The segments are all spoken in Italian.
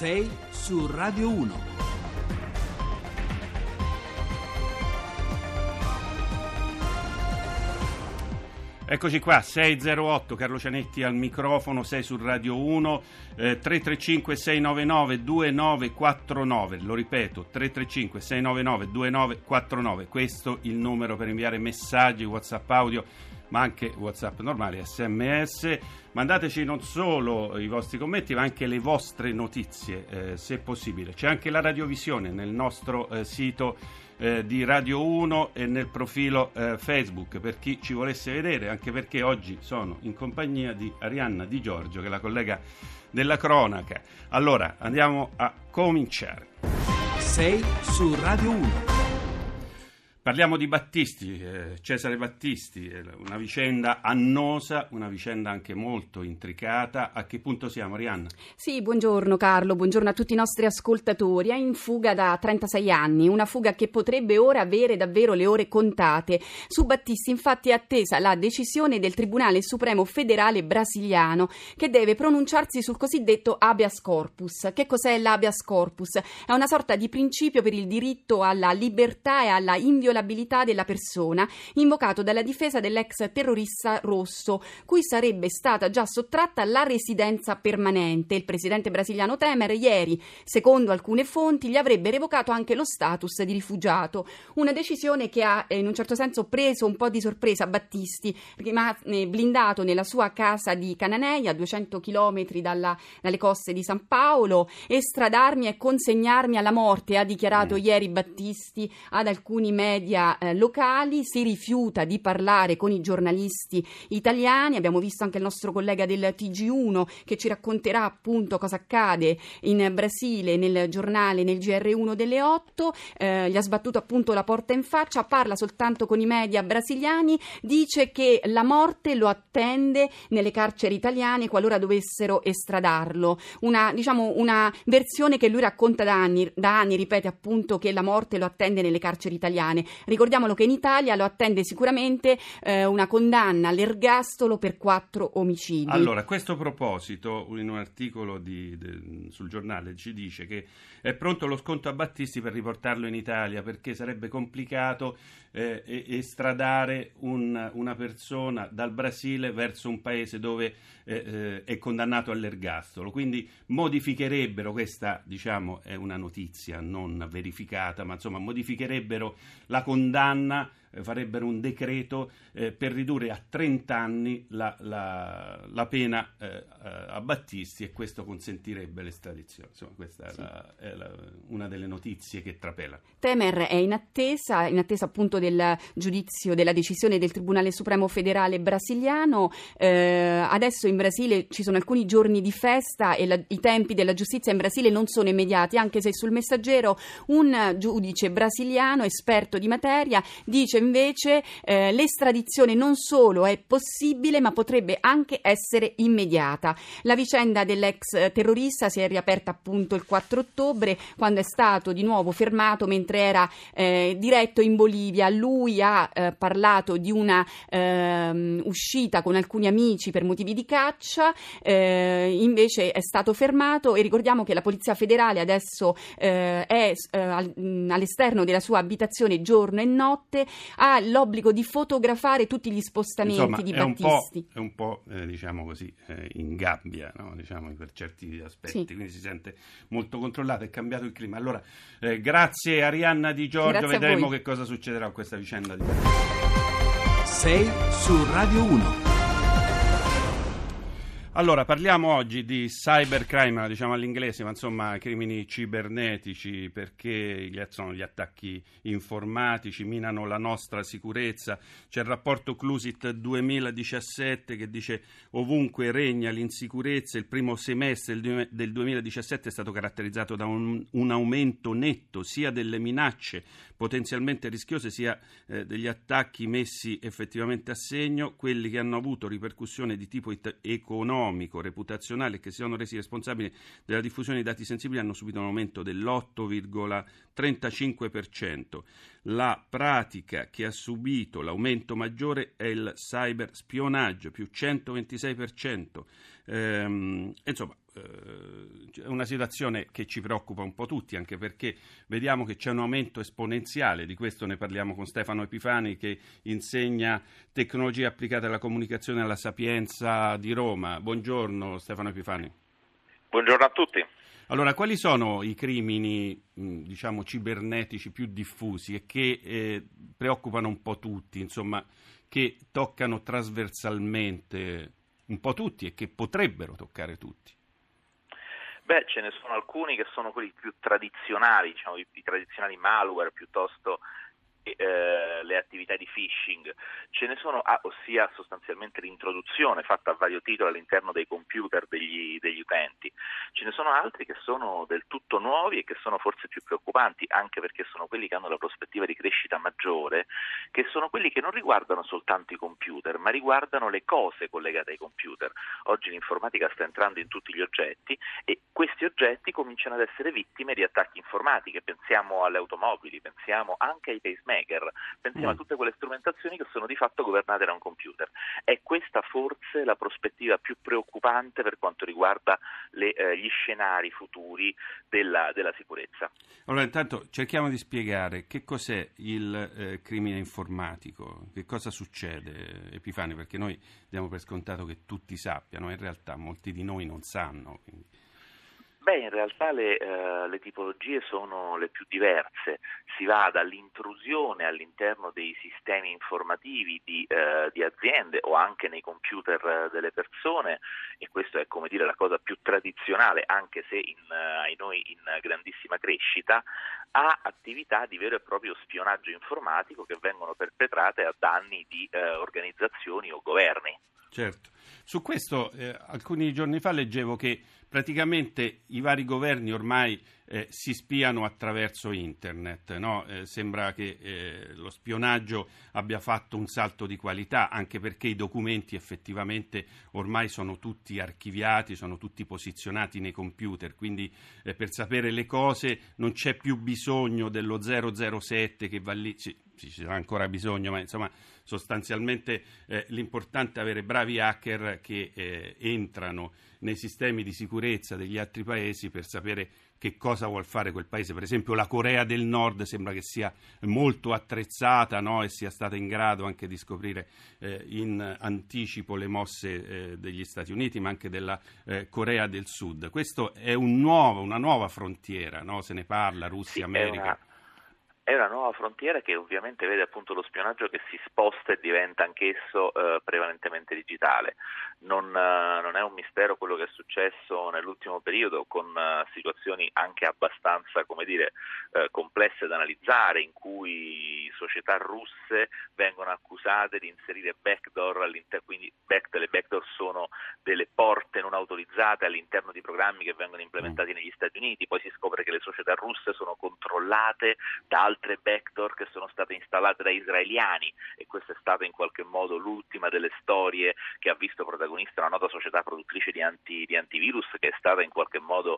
6 su Radio 1. Eccoci qua, 608, Carlo Cianetti al microfono, 6 su Radio 1, 335 699 2949, lo ripeto, 335 699 2949, questo il numero per inviare messaggi, WhatsApp audio, ma anche WhatsApp normali, SMS. Mandateci non solo i vostri commenti, ma anche le vostre notizie, se possibile. C'è anche la radiovisione nel nostro sito di Radio 1 e nel profilo Facebook per chi ci volesse vedere, anche perché oggi sono in compagnia di Arianna Di Giorgio, che è la collega della cronaca. Allora, andiamo a cominciare. 6 su Radio 1. Parliamo di Battisti, Cesare Battisti, una vicenda annosa, una vicenda anche molto intricata. A che punto siamo, Arianna? Sì, buongiorno Carlo, buongiorno a tutti i nostri ascoltatori. È in fuga da 36 anni, una fuga che potrebbe ora avere davvero le ore contate. Su Battisti infatti è attesa la decisione del Tribunale Supremo Federale brasiliano, che deve pronunciarsi sul cosiddetto habeas corpus. Che cos'è l'habeas corpus? È una sorta di principio per il diritto alla libertà e alla inviolabilità della persona, invocato dalla difesa dell'ex terrorista Rosso, cui sarebbe stata già sottratta la residenza permanente. Il presidente brasiliano Temer ieri, secondo alcune fonti, gli avrebbe revocato anche lo status di rifugiato, una decisione che ha in un certo senso preso un po' di sorpresa Battisti, rimane blindato nella sua casa di Cananei, a 200 chilometri dalle coste di San Paolo. Estradarmi e consegnarmi alla morte, ha dichiarato ieri Battisti ad alcuni media locali. Si rifiuta di parlare con i giornalisti italiani. Abbiamo visto anche il nostro collega del TG1 che ci racconterà appunto cosa accade in Brasile nel giornale, nel GR1 delle 8. Gli ha sbattuto appunto la porta in faccia, parla soltanto con i media brasiliani, dice che la morte lo attende nelle carceri italiane qualora dovessero estradarlo. Una versione che lui racconta da anni, ripete appunto che la morte lo attende nelle carceri italiane. Ricordiamolo che in Italia lo attende sicuramente una condanna all'ergastolo per 4 omicidi. Allora, a questo proposito, in un articolo sul giornale ci dice che è pronto lo sconto a Battisti per riportarlo in Italia, perché sarebbe complicato estradare una persona dal Brasile verso un paese dove è condannato all'ergastolo. Quindi modificherebbero, questa diciamo è una notizia non verificata, ma insomma modificherebbero la condanna, farebbero un decreto per ridurre a 30 anni la pena a Battisti, e questo consentirebbe l'estradizione. Insomma, questa è una delle notizie che trapela. Temer è in attesa appunto del giudizio, della decisione del Tribunale Supremo Federale brasiliano. Adesso in Brasile ci sono alcuni giorni di festa e i tempi della giustizia in Brasile non sono immediati, anche se sul Messaggero un giudice brasiliano esperto di materia dice invece l'estradizione non solo è possibile, ma potrebbe anche essere immediata. La vicenda dell'ex terrorista si è riaperta appunto il 4 ottobre, quando è stato di nuovo fermato mentre era diretto in Bolivia. Lui ha parlato di una uscita con alcuni amici per motivi di caccia, invece è stato fermato, e ricordiamo che la Polizia Federale adesso è all'esterno della sua abitazione giorno e notte, ha l'obbligo di fotografare tutti gli spostamenti di Battisti. È un po' diciamo così, in gabbia, no? Diciamo, per certi aspetti, sì. Quindi si sente molto controllato, è cambiato il clima. Allora, grazie Arianna Di Giorgio, grazie, vedremo che cosa succederà con questa vicenda di 6 su Radio 1. Allora, parliamo oggi di cybercrime, diciamo all'inglese, ma insomma crimini cibernetici, perché sono gli attacchi informatici, minano la nostra sicurezza. C'è il rapporto Clusit 2017 che dice: ovunque regna l'insicurezza. Il primo semestre del 2017 è stato caratterizzato da un aumento netto sia delle minacce potenzialmente rischiose sia degli attacchi messi effettivamente a segno. Quelli che hanno avuto ripercussioni di tipo economico, reputazionale e che si sono resi responsabili della diffusione di dati sensibili hanno subito un aumento dell'8,35%. La pratica che ha subito l'aumento maggiore è il cyberspionaggio, più 126%. Insomma, è una situazione che ci preoccupa un po' tutti, anche perché vediamo che c'è un aumento esponenziale. Di questo ne parliamo con Stefano Epifani, che insegna tecnologie applicate alla comunicazione alla Sapienza di Roma. Buongiorno Stefano Epifani. Buongiorno a tutti. Allora, quali sono i crimini, diciamo, cibernetici più diffusi e che preoccupano un po' tutti, insomma, che toccano trasversalmente un po' tutti e che potrebbero toccare tutti? Beh, ce ne sono alcuni che sono quelli più tradizionali, diciamo i tradizionali malware, piuttosto le attività di phishing. Ce ne sono, ossia sostanzialmente l'introduzione fatta a vario titolo all'interno dei computer degli utenti. Ce ne sono altri che sono del tutto nuovi e che sono forse più preoccupanti, anche perché sono quelli che hanno la prospettiva di crescita maggiore, che sono quelli che non riguardano soltanto i computer, ma riguardano le cose collegate ai computer. Oggi l'informatica sta entrando in tutti gli oggetti e questi oggetti cominciano ad essere vittime di attacchi informatici. Pensiamo alle automobili, pensiamo anche ai pacemaker, pensiamo a tutte quelle strumentazioni che sono di fatto governate da un computer. È questa forse la prospettiva più preoccupante per quanto riguarda gli scenari futuri della sicurezza. Allora, intanto cerchiamo di spiegare che cos'è il crimine informatico, che cosa succede, Epifani, perché noi diamo per scontato che tutti sappiano, in realtà molti di noi non sanno. Quindi. Beh, in realtà le tipologie sono le più diverse. Si va dall'intrusione all'interno dei sistemi informativi di aziende o anche nei computer delle persone, e questo è, come dire, la cosa più tradizionale, anche se ai noi in grandissima crescita, a attività di vero e proprio spionaggio informatico che vengono perpetrate a danni di organizzazioni o governi. Certo. Su questo alcuni giorni fa leggevo che praticamente i vari governi ormai si spiano attraverso internet, no? Sembra che lo spionaggio abbia fatto un salto di qualità, anche perché i documenti effettivamente ormai sono tutti archiviati, sono tutti posizionati nei computer, quindi per sapere le cose non c'è più bisogno dello 007 che va lì. Sì, ci sarà ancora bisogno, ma insomma sostanzialmente l'importante è avere bravi hacker che entrano nei sistemi di sicurezza degli altri paesi per sapere che cosa vuol fare quel paese. Per esempio la Corea del Nord sembra che sia molto attrezzata, no? E sia stata in grado anche di scoprire in anticipo le mosse degli Stati Uniti, ma anche della Corea del Sud. Questo è una nuova frontiera, no? Se ne parla, Russia, America. È una nuova frontiera che ovviamente vede appunto lo spionaggio che si sposta e diventa anch'esso prevalentemente digitale. Non è un mistero quello che è successo nell'ultimo periodo, con situazioni anche abbastanza, come dire, complesse da analizzare, in cui società russe vengono accusate di inserire backdoor all'interno, quindi le backdoor sono delle porte non autorizzate all'interno di programmi che vengono implementati negli Stati Uniti. Poi si scopre che le società russe sono controllate da altre backdoor che sono state installate da israeliani, e questa è stata in qualche modo l'ultima delle storie che ha visto protagonista una nota società produttrice di antivirus, che è stata in qualche modo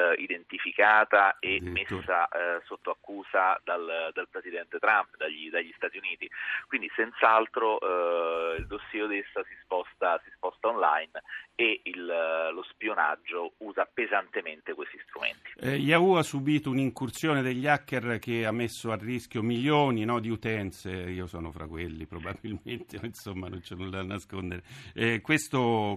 identificata e messa sotto accusa dal presidente Trump, dagli Stati Uniti. Quindi senz'altro il dossier Odessa si sposta online e lo spionaggio usa pesantemente questi strumenti. Yahoo ha subito un'incursione degli hacker che ha messo a rischio milioni, no, di utenze. Io sono fra quelli probabilmente, insomma non c'è nulla da nascondere. Questo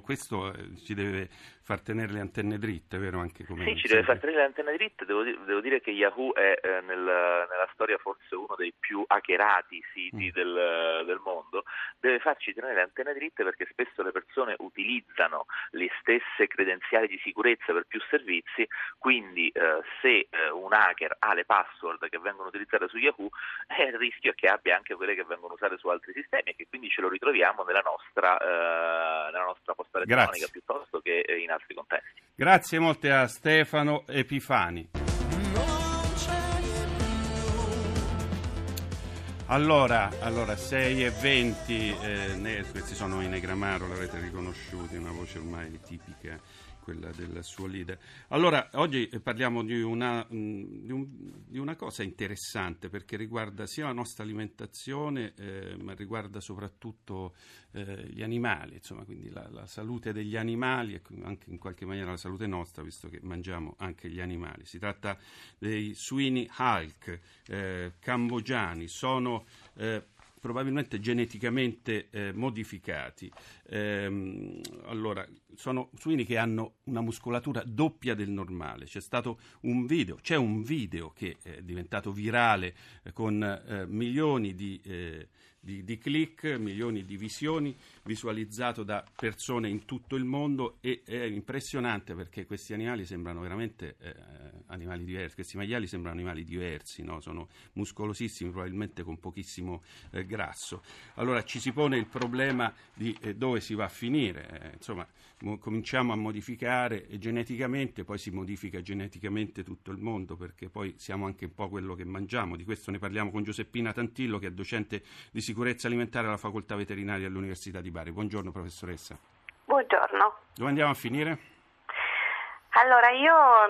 ci deve far tenere le antenne dritte, vero? Anche come sì, ci deve far tenere le antenne dritte. Devo dire che Yahoo è nella storia forse uno dei più hackerati siti del mondo. Deve farci tenere le antenne dritte perché spesso le persone utilizzano le stesse credenziali di sicurezza per più servizi, quindi se un hacker ha le password che vengono utilizzate su Yahoo, il rischio è che abbia anche quelle che vengono usate su altri sistemi, e che quindi ce lo ritroviamo nella nostra posta elettronica piuttosto che in altri contesti. Grazie molte a Stefano Epifani. Allora 6:20, questi sono i Negramaro, l'avrete riconosciuti, una voce ormai tipica, quella del suo leader. Allora, oggi parliamo di una cosa interessante, perché riguarda sia la nostra alimentazione, ma riguarda soprattutto gli animali, insomma, quindi la salute degli animali e anche in qualche maniera la salute nostra, visto che mangiamo anche gli animali. Si tratta dei suini Halk cambogiani, sono probabilmente geneticamente modificati. Allora, sono suini che hanno una muscolatura doppia del normale. C'è un video che è diventato virale con milioni di click, milioni di visioni, visualizzato da persone in tutto il mondo, e è impressionante perché questi animali sembrano veramente animali diversi, questi maiali sembrano animali diversi, no? Sono muscolosissimi, probabilmente con pochissimo grasso. Allora ci si pone il problema di dove si va a finire, insomma cominciamo a modificare geneticamente, poi si modifica geneticamente tutto il mondo, perché poi siamo anche un po' quello che mangiamo. Di questo ne parliamo con Giuseppina Tantillo, che è docente di sicurezza alimentare alla Facoltà Veterinaria all'Università di Bari. Buongiorno professoressa. Buongiorno. Dove andiamo a finire? Allora, io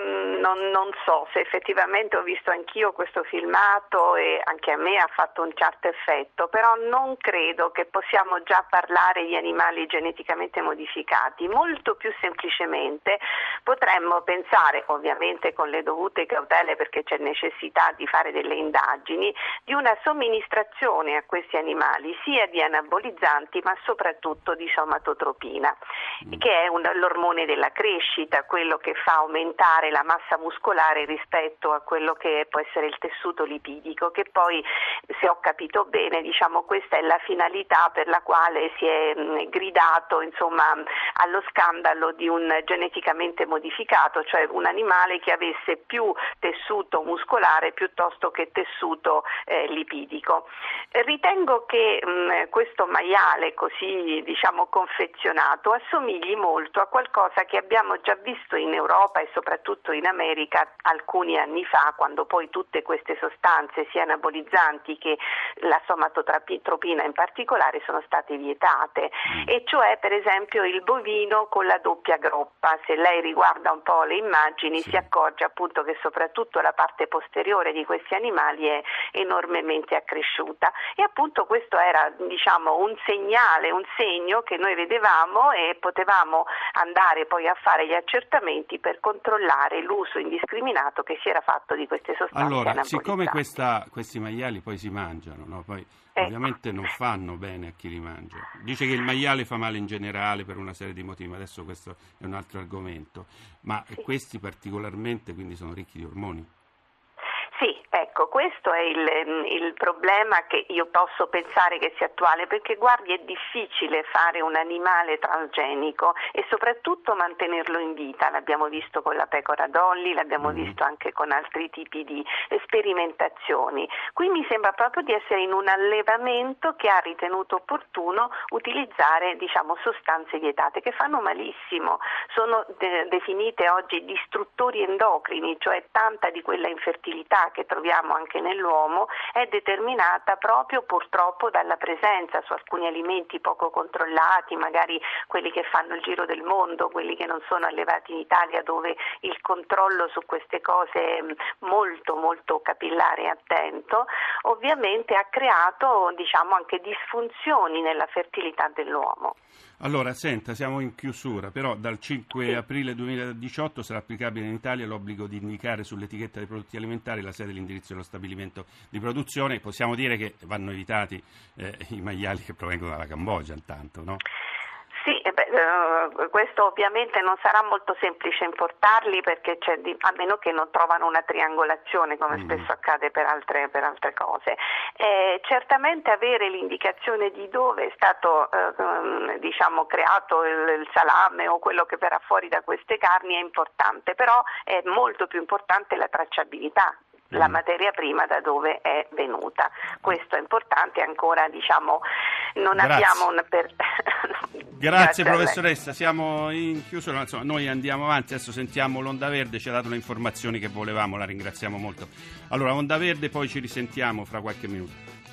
non so se effettivamente ho visto anch'io questo filmato e anche a me ha fatto un certo effetto, però non credo che possiamo già parlare di animali geneticamente modificati. Molto più semplicemente potremmo pensare, ovviamente con le dovute cautele perché c'è necessità di fare delle indagini, di una somministrazione a questi animali sia di anabolizzanti ma soprattutto di somatotropina, che è l'ormone della crescita, quello che fa aumentare la massa muscolare rispetto a quello che può essere il tessuto lipidico, che poi, se ho capito bene, questa è la finalità per la quale si è gridato allo scandalo di un geneticamente modificato, cioè un animale che avesse più tessuto muscolare piuttosto che tessuto lipidico. Ritengo che questo maiale così confezionato assomigli molto a qualcosa che abbiamo già visto in Europa e soprattutto in America alcuni anni fa, quando poi tutte queste sostanze, sia anabolizzanti che la somatotropina in particolare, sono state vietate, e cioè per esempio il bovino con la doppia groppa. Se lei riguarda un po' le immagini si accorge appunto che soprattutto la parte posteriore di questi animali è enormemente accresciuta, e appunto questo era un segnale, un segno che noi vedevamo e potevamo andare poi a fare gli accertamenti per controllare l'uso indiscriminato che si era fatto di queste sostanze anabolizzanti. Siccome questi maiali poi si mangiano, no? Poi ovviamente non fanno bene a chi li mangia. Dice che il maiale fa male in generale per una serie di motivi, ma adesso questo è un altro argomento. Ma questi particolarmente quindi sono ricchi di ormoni? Sì, ecco, questo è il problema che io posso pensare che sia attuale, perché guardi, è difficile fare un animale transgenico e soprattutto mantenerlo in vita. L'abbiamo visto con la pecora Dolly, l'abbiamo visto anche con altri tipi di sperimentazioni. Qui mi sembra proprio di essere in un allevamento che ha ritenuto opportuno utilizzare sostanze vietate che fanno malissimo. Sono definite oggi distruttori endocrini, cioè tanta di quella infertilità che troviamo anche nell'uomo è determinata proprio purtroppo dalla presenza su alcuni alimenti poco controllati, magari quelli che fanno il giro del mondo, quelli che non sono allevati in Italia, dove il controllo su queste cose è molto molto capillare e attento. Ovviamente ha creato anche disfunzioni nella fertilità dell'uomo. Allora, senta, siamo in chiusura, però dal 5 aprile 2018 sarà applicabile in Italia l'obbligo di indicare sull'etichetta dei prodotti alimentari la sede e l'indirizzo dello stabilimento di produzione. Possiamo dire che vanno evitati i maiali che provengono dalla Cambogia, intanto, no? Sì, questo ovviamente non sarà molto semplice importarli, perché a meno che non trovano una triangolazione, come spesso accade per altre cose. Certamente avere l'indicazione di dove è stato creato il salame o quello che verrà fuori da queste carni è importante, però è molto più importante la tracciabilità. La materia prima da dove è venuta. Questo è importante, ancora non abbiamo Grazie professoressa, siamo in chiusura, insomma, noi andiamo avanti, adesso sentiamo l'Onda Verde, ci ha dato le informazioni che volevamo, la ringraziamo molto. Allora, Onda Verde, poi ci risentiamo fra qualche minuto.